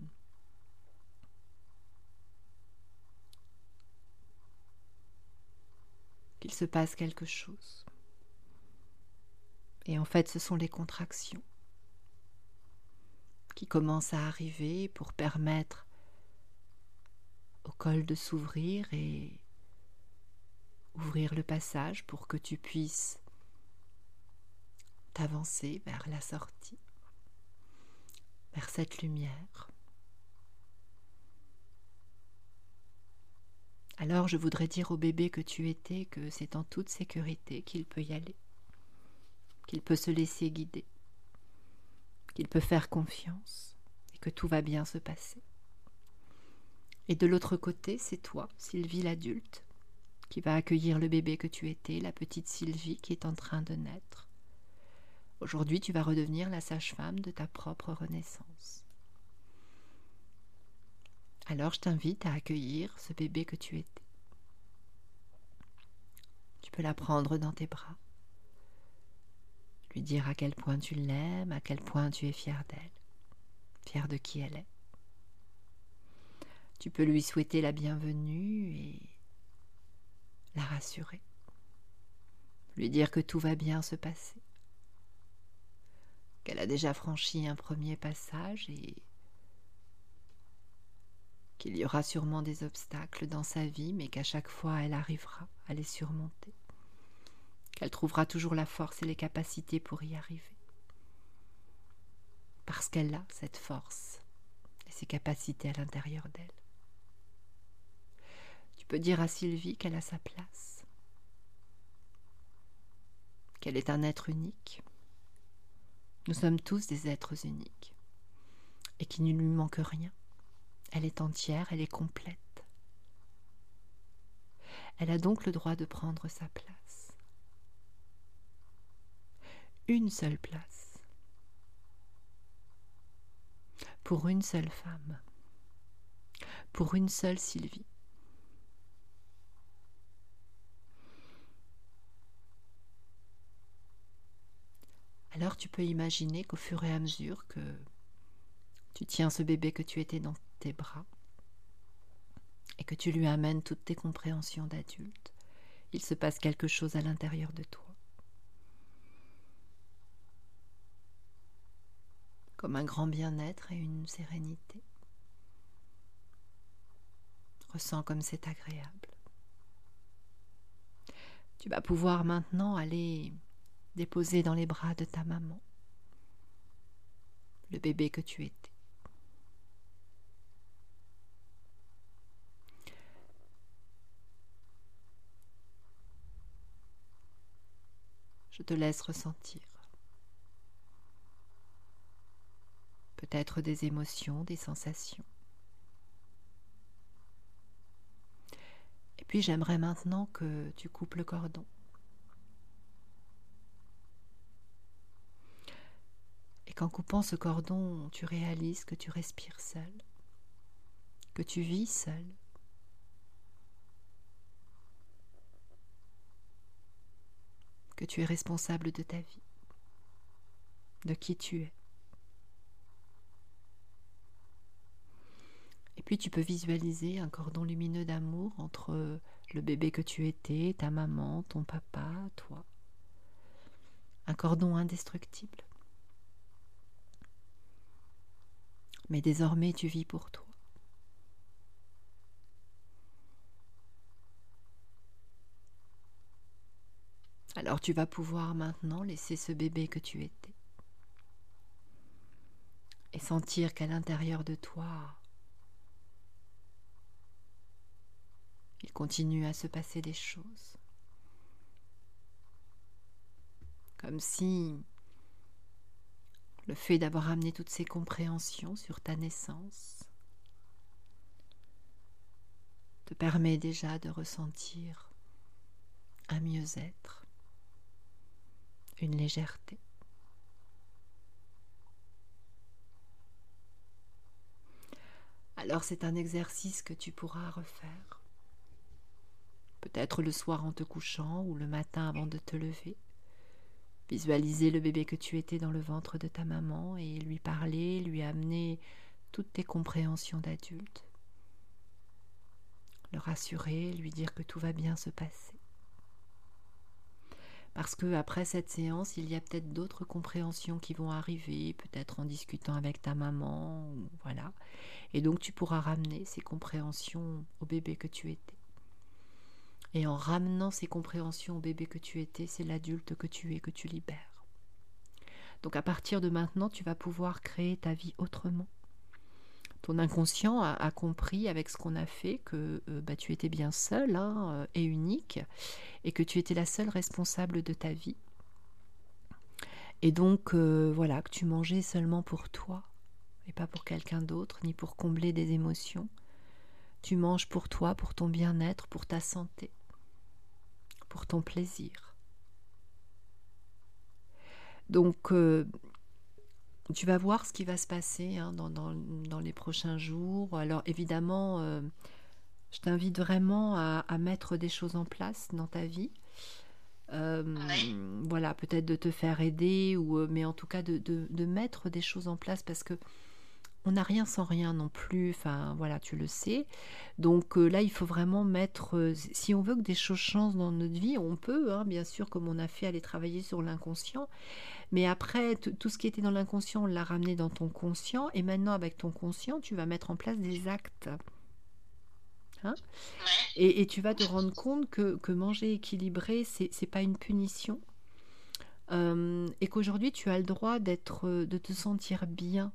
qu'il se passe quelque chose. Et en fait, ce sont les contractions qui commencent à arriver pour permettre au col de s'ouvrir et ouvrir le passage pour que tu puisses t'avancer vers la sortie, vers cette lumière. Alors je voudrais dire au bébé que tu étais que c'est en toute sécurité qu'il peut y aller, qu'il peut se laisser guider, qu'il peut faire confiance et que tout va bien se passer. Et de l'autre côté, c'est toi, Sylvie l'adulte, qui va accueillir le bébé que tu étais, la petite Sylvie qui est en train de naître. Aujourd'hui, tu vas redevenir la sage-femme de ta propre renaissance. Alors, je t'invite à accueillir ce bébé que tu étais. Tu peux la prendre dans tes bras, lui dire à quel point tu l'aimes, à quel point tu es fier d'elle, fier de qui elle est. Tu peux lui souhaiter la bienvenue et la rassurer, lui dire que tout va bien se passer, qu'elle a déjà franchi un premier passage et qu'il y aura sûrement des obstacles dans sa vie, mais qu'à chaque fois elle arrivera à les surmonter, qu'elle trouvera toujours la force et les capacités pour y arriver, parce qu'elle a cette force et ces capacités à l'intérieur d'elle. Tu peux dire à Sylvie qu'elle a sa place, qu'elle est un être unique. Nous sommes tous des êtres uniques et qu'il ne lui manque rien. Elle est entière, elle est complète. Elle a donc le droit de prendre sa place. Une seule place. Pour une seule femme. Pour une seule Sylvie. Alors tu peux imaginer qu'au fur et à mesure que tu tiens ce bébé que tu étais dans tes bras et que tu lui amènes toutes tes compréhensions d'adulte, il se passe quelque chose à l'intérieur de toi. Comme un grand bien-être et une sérénité. Ressens comme c'est agréable. Tu vas pouvoir maintenant aller déposer dans les bras de ta maman le bébé que tu étais. Je te laisse ressentir. Peut-être des émotions, des sensations. Et puis j'aimerais maintenant que tu coupes le cordon. Et qu'en coupant ce cordon, tu réalises que tu respires seul, que tu vis seul. Que tu es responsable de ta vie, de qui tu es. Et puis tu peux visualiser un cordon lumineux d'amour entre le bébé que tu étais, ta maman, ton papa, toi. Un cordon indestructible. Mais désormais tu vis pour toi. Alors tu vas pouvoir maintenant laisser ce bébé que tu étais et sentir qu'à l'intérieur de toi, il continue à se passer des choses. Comme si le fait d'avoir amené toutes ces compréhensions sur ta naissance te permet déjà de ressentir un mieux-être, une légèreté. Alors c'est un exercice que tu pourras refaire, peut-être le soir en te couchant ou le matin avant de te lever, Visualiser le bébé que tu étais dans le ventre de ta maman et lui parler, lui amener toutes tes compréhensions d'adulte. Le rassurer, lui dire que tout va bien se passer. Parce qu'après cette séance, il y a peut-être d'autres compréhensions qui vont arriver, peut-être en discutant avec ta maman, voilà. Et donc tu pourras ramener ces compréhensions au bébé que tu étais. Et en ramenant ces compréhensions au bébé que tu étais, c'est l'adulte que tu es, que tu libères. Donc à partir de maintenant, tu vas pouvoir créer ta vie autrement. Ton inconscient a compris avec ce qu'on a fait que tu étais bien seule et unique, et que tu étais la seule responsable de ta vie. Et donc voilà, que tu mangeais seulement pour toi, et pas pour quelqu'un d'autre, ni pour combler des émotions. Tu manges pour toi, pour ton bien-être, pour ta santé, pour ton plaisir. Donc, tu vas voir ce qui va se passer dans les prochains jours. Alors, évidemment, je t'invite vraiment à mettre des choses en place dans ta vie. Voilà, peut-être de te faire aider, mais en tout cas de mettre des choses en place parce que on n'a rien sans rien non plus, enfin voilà, tu le sais. Donc là, il faut vraiment mettre, si on veut que des choses changent dans notre vie, on peut, bien sûr, comme on a fait, aller travailler sur l'inconscient. Mais après, tout ce qui était dans l'inconscient, on l'a ramené dans ton conscient. Et maintenant, avec ton conscient, tu vas mettre en place des actes. Et tu vas te rendre compte que manger équilibré, c'est pas une punition. Et qu'aujourd'hui, tu as le droit de te sentir bien.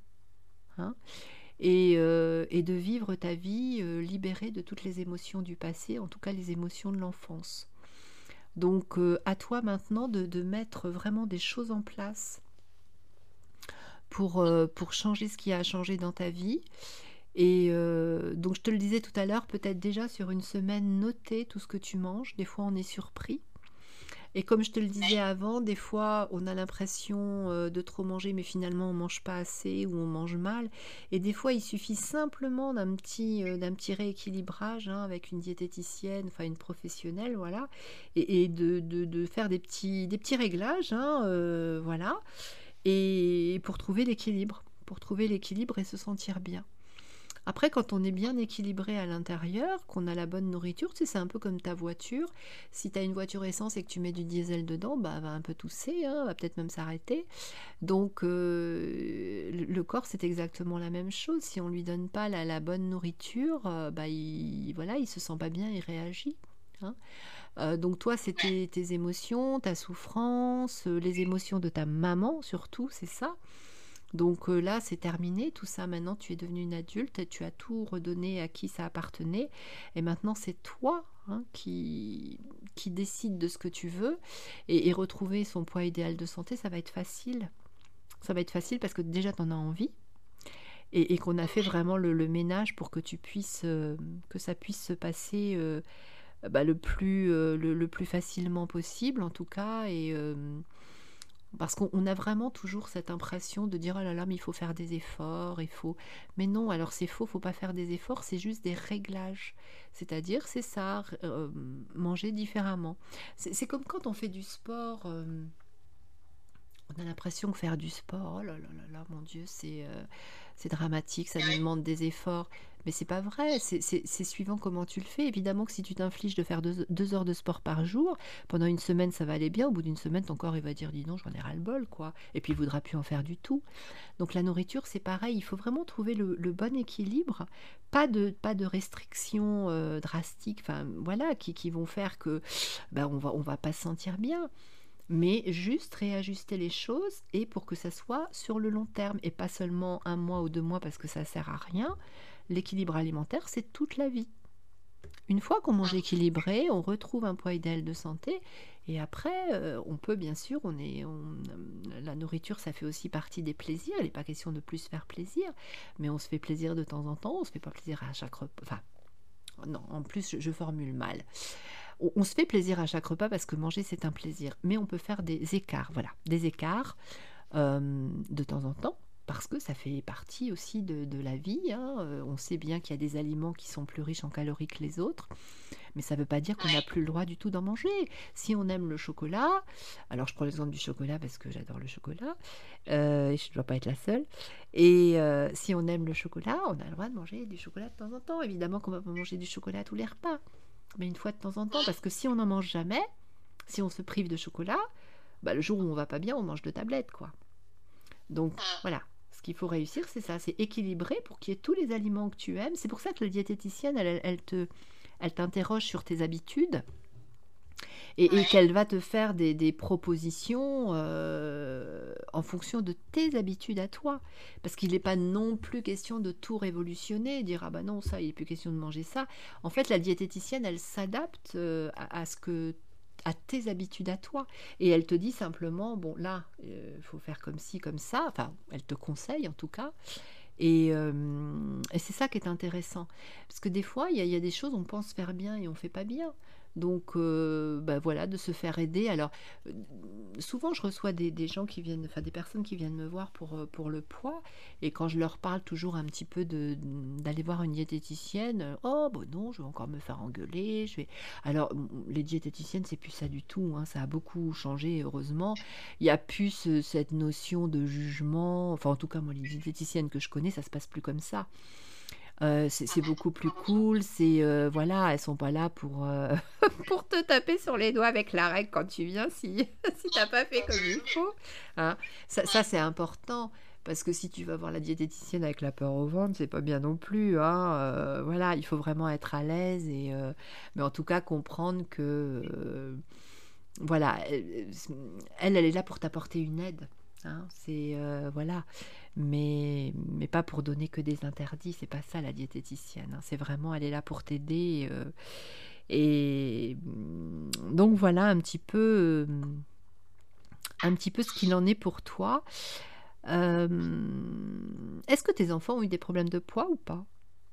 Et de vivre ta vie libérée de toutes les émotions du passé, en tout cas les émotions de l'enfance. Donc à toi maintenant de mettre vraiment des choses en place pour changer ce qui a changé dans ta vie. Et donc je te le disais tout à l'heure, peut-être déjà sur une semaine, noter tout ce que tu manges. Des fois on est surpris. Et comme je te le disais avant, des fois on a l'impression de trop manger, mais finalement on ne mange pas assez ou on mange mal. Et des fois il suffit simplement d'un petit rééquilibrage avec une diététicienne, enfin une professionnelle, voilà, et de faire des petits réglages, voilà, et pour trouver l'équilibre et se sentir bien. Après, quand on est bien équilibré à l'intérieur, qu'on a la bonne nourriture, tu sais, c'est un peu comme ta voiture. Si tu as une voiture essence et que tu mets du diesel dedans, elle va un peu tousser, va peut-être même s'arrêter. Donc, le corps, c'est exactement la même chose. Si on ne lui donne pas la bonne nourriture, il se sent pas bien, il réagit. Donc toi, c'est tes émotions, ta souffrance, les émotions de ta maman surtout, c'est ça. Donc là, c'est terminé, tout ça, maintenant tu es devenue une adulte, tu as tout redonné à qui ça appartenait, et maintenant c'est toi qui décide de ce que tu veux, et retrouver son poids idéal de santé, ça va être facile. Ça va être facile parce que déjà tu en as envie, et qu'on a fait vraiment le ménage pour que tu puisses, que ça puisse se passer le plus facilement possible en tout cas, et parce qu'on a vraiment toujours cette impression de dire « Oh là là, mais il faut faire des efforts, il faut… » Mais non, alors c'est faux, il ne faut pas faire des efforts, c'est juste des réglages. C'est-à-dire, c'est ça, manger différemment. C'est comme quand on fait du sport, on a l'impression que faire du sport, oh là là là là, mon Dieu, c'est dramatique, ça nous demande des efforts. Mais c'est pas vrai, c'est suivant comment tu le fais. Évidemment que si tu t'infliges de faire 2 heures de sport par jour, pendant une semaine ça va aller bien, au bout d'une semaine ton corps il va dire dis non, j'en ai ras le bol quoi, et puis il voudra plus en faire du tout. Donc la nourriture c'est pareil, il faut vraiment trouver le bon équilibre, pas de restrictions drastiques, enfin voilà, qui vont faire que on va pas se sentir bien. Mais juste réajuster les choses, et pour que ça soit sur le long terme et pas seulement 1 mois ou 2 mois parce que ça sert à rien. L'équilibre alimentaire, c'est toute la vie. Une fois qu'on mange équilibré, on retrouve un poids idéal de santé, et après, on peut bien sûr, la nourriture, ça fait aussi partie des plaisirs. Il n'est pas question de plus faire plaisir, mais on se fait plaisir de temps en temps, on se fait pas plaisir à chaque repas. Enfin, non, en plus, je formule mal. On se fait plaisir à chaque repas parce que manger, c'est un plaisir. Mais on peut faire des écarts, voilà, des écarts de temps en temps, parce que ça fait partie aussi de la vie. On sait bien qu'il y a des aliments qui sont plus riches en calories que les autres. Mais ça ne veut pas dire qu'on n'a Oui. plus le droit du tout d'en manger. Si on aime le chocolat, alors je prends l'exemple du chocolat parce que j'adore le chocolat, et je ne dois pas être la seule. Et si on aime le chocolat, on a le droit de manger du chocolat de temps en temps. Évidemment qu'on va pas manger du chocolat à tous les repas, mais une fois de temps en temps, parce que si on n'en mange jamais, si on se prive de chocolat, bah, le jour où on va pas bien, on mange 2 tablettes, quoi. Donc voilà, ce qu'il faut réussir, c'est ça, c'est équilibrer pour qu'il y ait tous les aliments que tu aimes. C'est pour ça que la diététicienne, elle t'interroge sur tes habitudes et Oui. qu'elle va te faire des propositions en fonction de tes habitudes à toi. Parce qu'il n'est pas non plus question de tout révolutionner, dire ah bah non, ça, il n'est plus question de manger ça. En fait, la diététicienne, elle s'adapte à ce que à tes habitudes à toi. Et elle te dit simplement, bon là, il faut faire comme ci, comme ça. Enfin, elle te conseille en tout cas. Et c'est ça qui est intéressant. Parce que des fois, il y a des choses, on pense faire bien et on fait pas bien. Donc, bah voilà, de se faire aider. Alors, euh, souvent, je reçois des gens qui viennent, enfin des personnes qui viennent me voir pour le poids. Et quand je leur parle toujours un petit peu d'aller voir une diététicienne, oh, bon non, je vais encore me faire engueuler. Alors, les diététiciennes, c'est plus ça du tout, hein, ça a beaucoup changé, heureusement. Il n'y a plus cette notion de jugement. Enfin, en tout cas, moi, les diététiciennes que je connais, ça se passe plus comme ça. C'est beaucoup plus Heureusement. cool. Voilà, elles sont pas là pour, pour te taper sur les doigts avec la règle quand tu viens si, si t'as pas fait Pas comme il jugé. faut. Hein. Ça c'est important. Parce que si tu vas voir la diététicienne avec la peur au ventre, c'est pas bien non plus. Hein. Voilà, il faut vraiment être à l'aise mais en tout cas comprendre que voilà, elle est là pour t'apporter une aide. Hein, voilà, mais pas pour donner que des interdits. C'est pas ça la diététicienne. Hein, c'est vraiment, elle est là pour t'aider. Donc voilà un petit peu ce qu'il en est pour toi. Euh, Est-ce que tes enfants ont eu des problèmes de poids ou pas?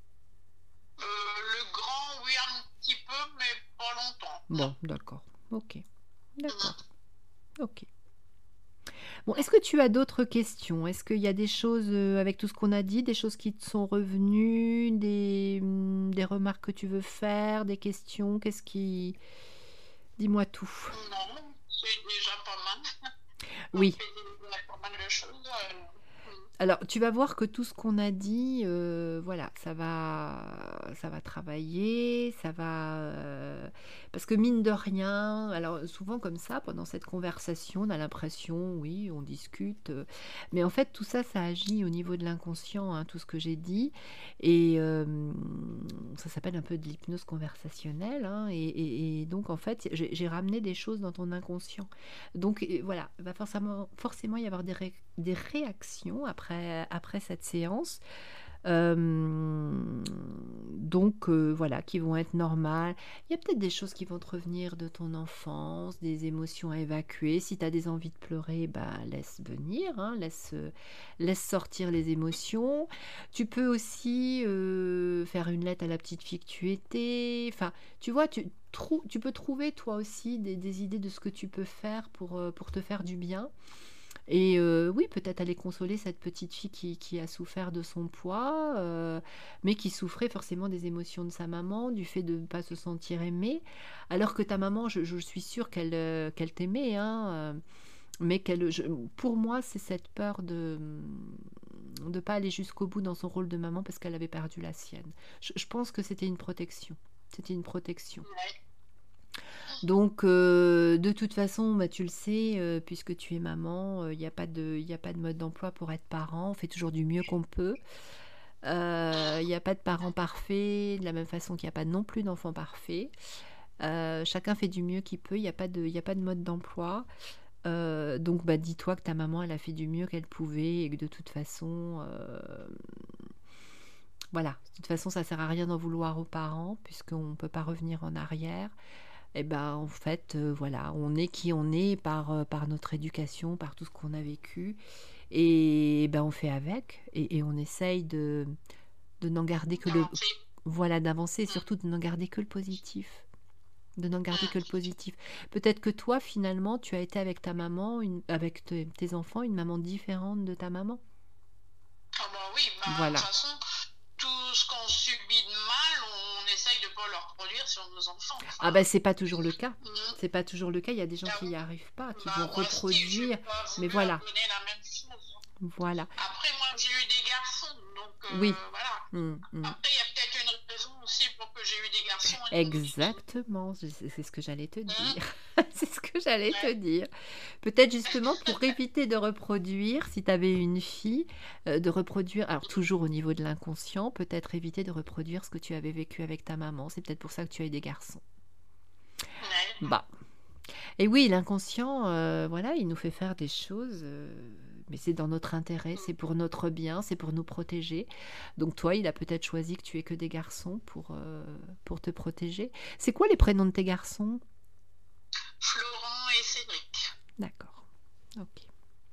Le grand, oui, un petit peu, mais pas longtemps. Bon, Non. d'accord. Ok, d'accord. Non. Ok. Bon, est-ce que tu as d'autres questions? Est-ce qu'il y a des choses, avec tout ce qu'on a dit, des choses qui te sont revenues, des remarques que tu veux faire, des questions? Qu'est-ce qui... Dis-moi tout. Non, c'est déjà pas mal. On Oui. fait déjà pas mal de choses. Alors, tu vas voir que tout ce qu'on a dit, voilà, ça va travailler, parce que mine de rien, alors souvent comme ça, pendant cette conversation, on a l'impression, oui, on discute, mais en fait, tout ça, ça agit au niveau de l'inconscient, hein, tout ce que j'ai dit, et ça s'appelle un peu de l'hypnose conversationnelle, hein, et donc, en fait, j'ai ramené des choses dans ton inconscient. Donc voilà, il va forcément y avoir des réactions après cette séance. Euh, donc voilà, qui vont être normales. Il y a peut-être des choses qui vont te revenir de ton enfance, des émotions à évacuer. Si tu as des envies de pleurer, bah, laisse venir, hein, laisse sortir les émotions. Tu peux aussi faire une lettre à la petite fille que tu étais. Enfin, tu vois, tu peux trouver toi aussi des idées de ce que tu peux faire pour te faire du bien. Et oui, peut-être aller consoler cette petite fille qui a souffert de son poids, mais qui souffrait forcément des émotions de sa maman, du fait de ne pas se sentir aimée, alors que ta maman, je suis sûre qu'elle t'aimait, hein, mais pour moi, c'est cette peur de ne pas aller jusqu'au bout dans son rôle de maman parce qu'elle avait perdu la sienne. Je pense que c'était une protection. C'était une protection. Ouais. Donc, de toute façon, bah, tu le sais, puisque tu es maman, il y a pas de mode d'emploi pour être parent. On fait toujours du mieux qu'on peut. Il n'y a pas de parents parfaits, de la même façon qu'il n'y a pas non plus d'enfants parfaits. Chacun fait du mieux qu'il peut. Il y a pas de mode d'emploi. Donc, bah, dis-toi que ta maman, elle a fait du mieux qu'elle pouvait et que de toute façon, voilà, de toute façon, ça sert à rien d'en vouloir aux parents puisqu'on ne peut pas revenir en arrière. Et ben en fait, voilà, on est qui on est par notre éducation, par tout ce qu'on a vécu. Et ben on fait avec et on essaye de n'en garder que le... D'avancer. Voilà, d'avancer et surtout de n'en garder que le positif. De n'en garder que le positif. Peut-être que toi, finalement, tu as été avec ta maman, avec tes enfants, une maman différente de ta maman. Ah bah oui, bah, de toute Voilà. façon, tout tout ce qu'on subit de mal, on essaye de ne pas le reproduire sur nos enfants. Ah ben c'est pas toujours le cas. Mhm. C'est pas toujours le cas. Il y a des gens Ah qui oui. n'y arrivent pas, qui Bah, vont moi aussi, je reproduire. n'ai pas Mais voulu voilà, leur donner la même chose. voilà. Après, moi, j'ai eu des garçons, donc Oui. voilà. Mm. Après, il y a peut-être une raison aussi pour que j'ai eu des garçons. Et des filles. Exactement, c'est ce que j'allais te Hein? dire. C'est ce que j'allais te Ouais. dire. Peut-être justement pour éviter de reproduire, si tu avais une fille, de reproduire, alors toujours au niveau de l'inconscient, peut-être éviter de reproduire ce que tu avais vécu avec ta maman. C'est peut-être pour ça que tu as eu des garçons. Ouais. Bah. Et oui, l'inconscient, voilà, il nous fait faire des choses, mais c'est dans notre intérêt, c'est pour notre bien, c'est pour nous protéger. Donc toi, il a peut-être choisi que tu aies que des garçons pour te protéger. C'est quoi les prénoms de tes garçons? Florent et Cédric. D'accord. Ok.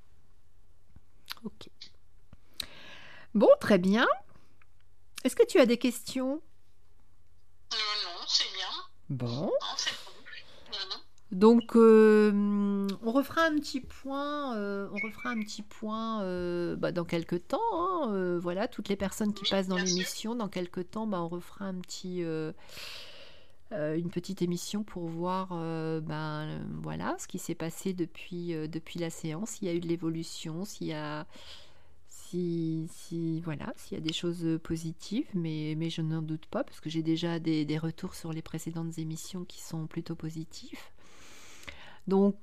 Ok. Bon, très bien. Est-ce que tu as des questions? Non, c'est bien. Bon. Non, c'est bon. Non. Donc, on refera un petit point, dans quelques temps. Hein, voilà, toutes les personnes qui Oui, passent dans bien sûr. l'émission, dans quelques temps, on refera une petite émission pour voir, voilà, ce qui s'est passé depuis la séance, s'il y a eu de l'évolution, s'il y a des choses positives, mais je n'en doute pas, parce que j'ai déjà des retours sur les précédentes émissions qui sont plutôt positifs. Donc,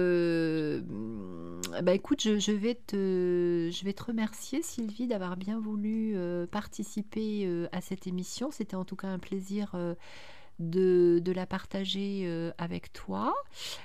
écoute, je vais te remercier, Sylvie, d'avoir bien voulu participer à cette émission. C'était en tout cas un plaisir de la partager avec toi.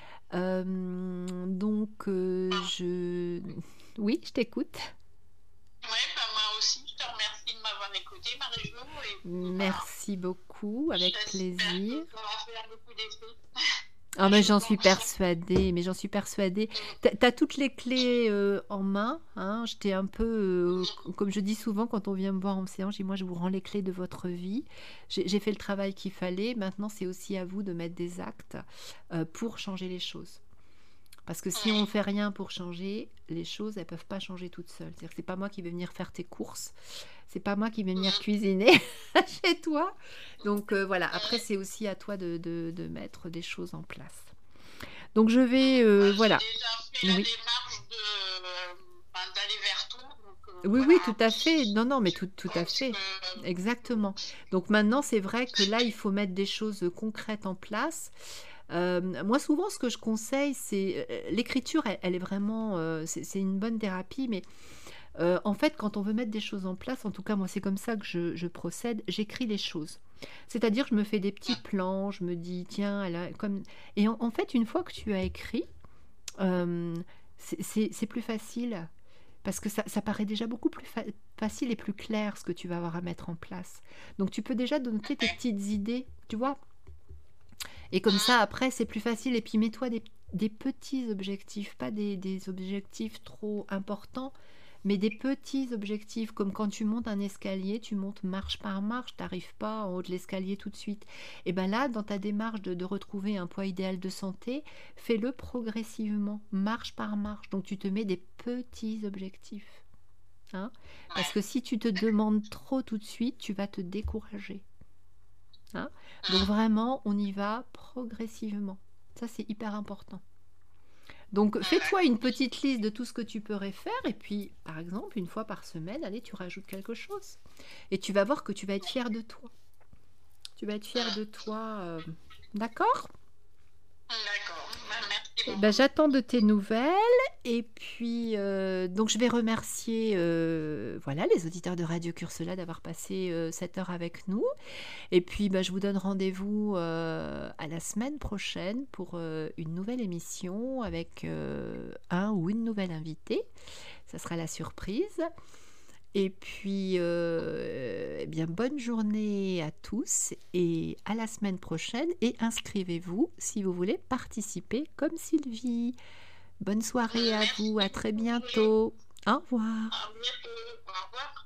Oui, je t'écoute. Oui, moi aussi, je te remercie de m'avoir écouté, Marie-Jo. Merci beaucoup, avec plaisir. Ça va faire beaucoup d'effet. Ah, mais j'en suis persuadée, T'as toutes les clés en main, hein. J'étais un peu, comme je dis souvent quand on vient me voir en séance, je dis, moi je vous rends les clés de votre vie. J'ai fait le travail qu'il fallait. Maintenant, c'est aussi à vous de mettre des actes pour changer les choses. Parce que si on ne fait rien pour changer, les choses, elles ne peuvent pas changer toutes seules. C'est-à-dire que c'est pas moi qui vais venir faire tes courses, c'est pas moi qui vais venir cuisiner chez toi. Donc voilà, après c'est aussi à toi de mettre des choses en place. Donc je vais, voilà. J'ai déjà fait la démarche d'aller vers toi. Donc, oui, voilà. oui, tout à fait. Non, mais tout à fait. Exactement. Donc maintenant, c'est vrai que là, il faut mettre des choses concrètes en place. Moi, souvent, ce que je conseille, c'est l'écriture, elle est vraiment, c'est une bonne thérapie, mais en fait, quand on veut mettre des choses en place, en tout cas, moi, c'est comme ça que je procède, j'écris les choses. C'est-à-dire, je me fais des petits plans, je me dis, tiens, et en fait, une fois que tu as écrit, c'est plus facile. Parce que ça paraît déjà beaucoup plus facile et plus clair ce que tu vas avoir à mettre en place. Donc, tu peux déjà noter tes petites idées, tu vois. Et comme ça, après, c'est plus facile. Et puis, mets-toi des petits objectifs, pas des objectifs trop importants, mais des petits objectifs, comme quand tu montes un escalier, tu montes marche par marche, tu n'arrives pas en haut de l'escalier tout de suite. Et bien là, dans ta démarche de retrouver un poids idéal de santé, fais-le progressivement, marche par marche. Donc tu te mets des petits objectifs. Hein, parce que si tu te demandes trop tout de suite, tu vas te décourager. Hein, donc vraiment, on y va progressivement. Ça, c'est hyper important. Donc, fais-toi une petite liste de tout ce que tu pourrais faire et puis, par exemple, une fois par semaine, allez, tu rajoutes quelque chose. Et tu vas voir que tu vas être fière de toi. Tu vas être fière de toi. D'accord ? D'accord. Merci beaucoup. J'attends de tes nouvelles. Et puis, donc, je vais remercier les auditeurs de Radio Cursela d'avoir passé cette heure avec nous. Et puis, je vous donne rendez-vous à la semaine prochaine pour une nouvelle émission avec un ou une nouvelle invitée. Ça sera la surprise. Et puis, bonne journée à tous et à la semaine prochaine. Et inscrivez-vous si vous voulez participer comme Sylvie. Bonne soirée à vous, à très bientôt. Au revoir. À bientôt. Au revoir.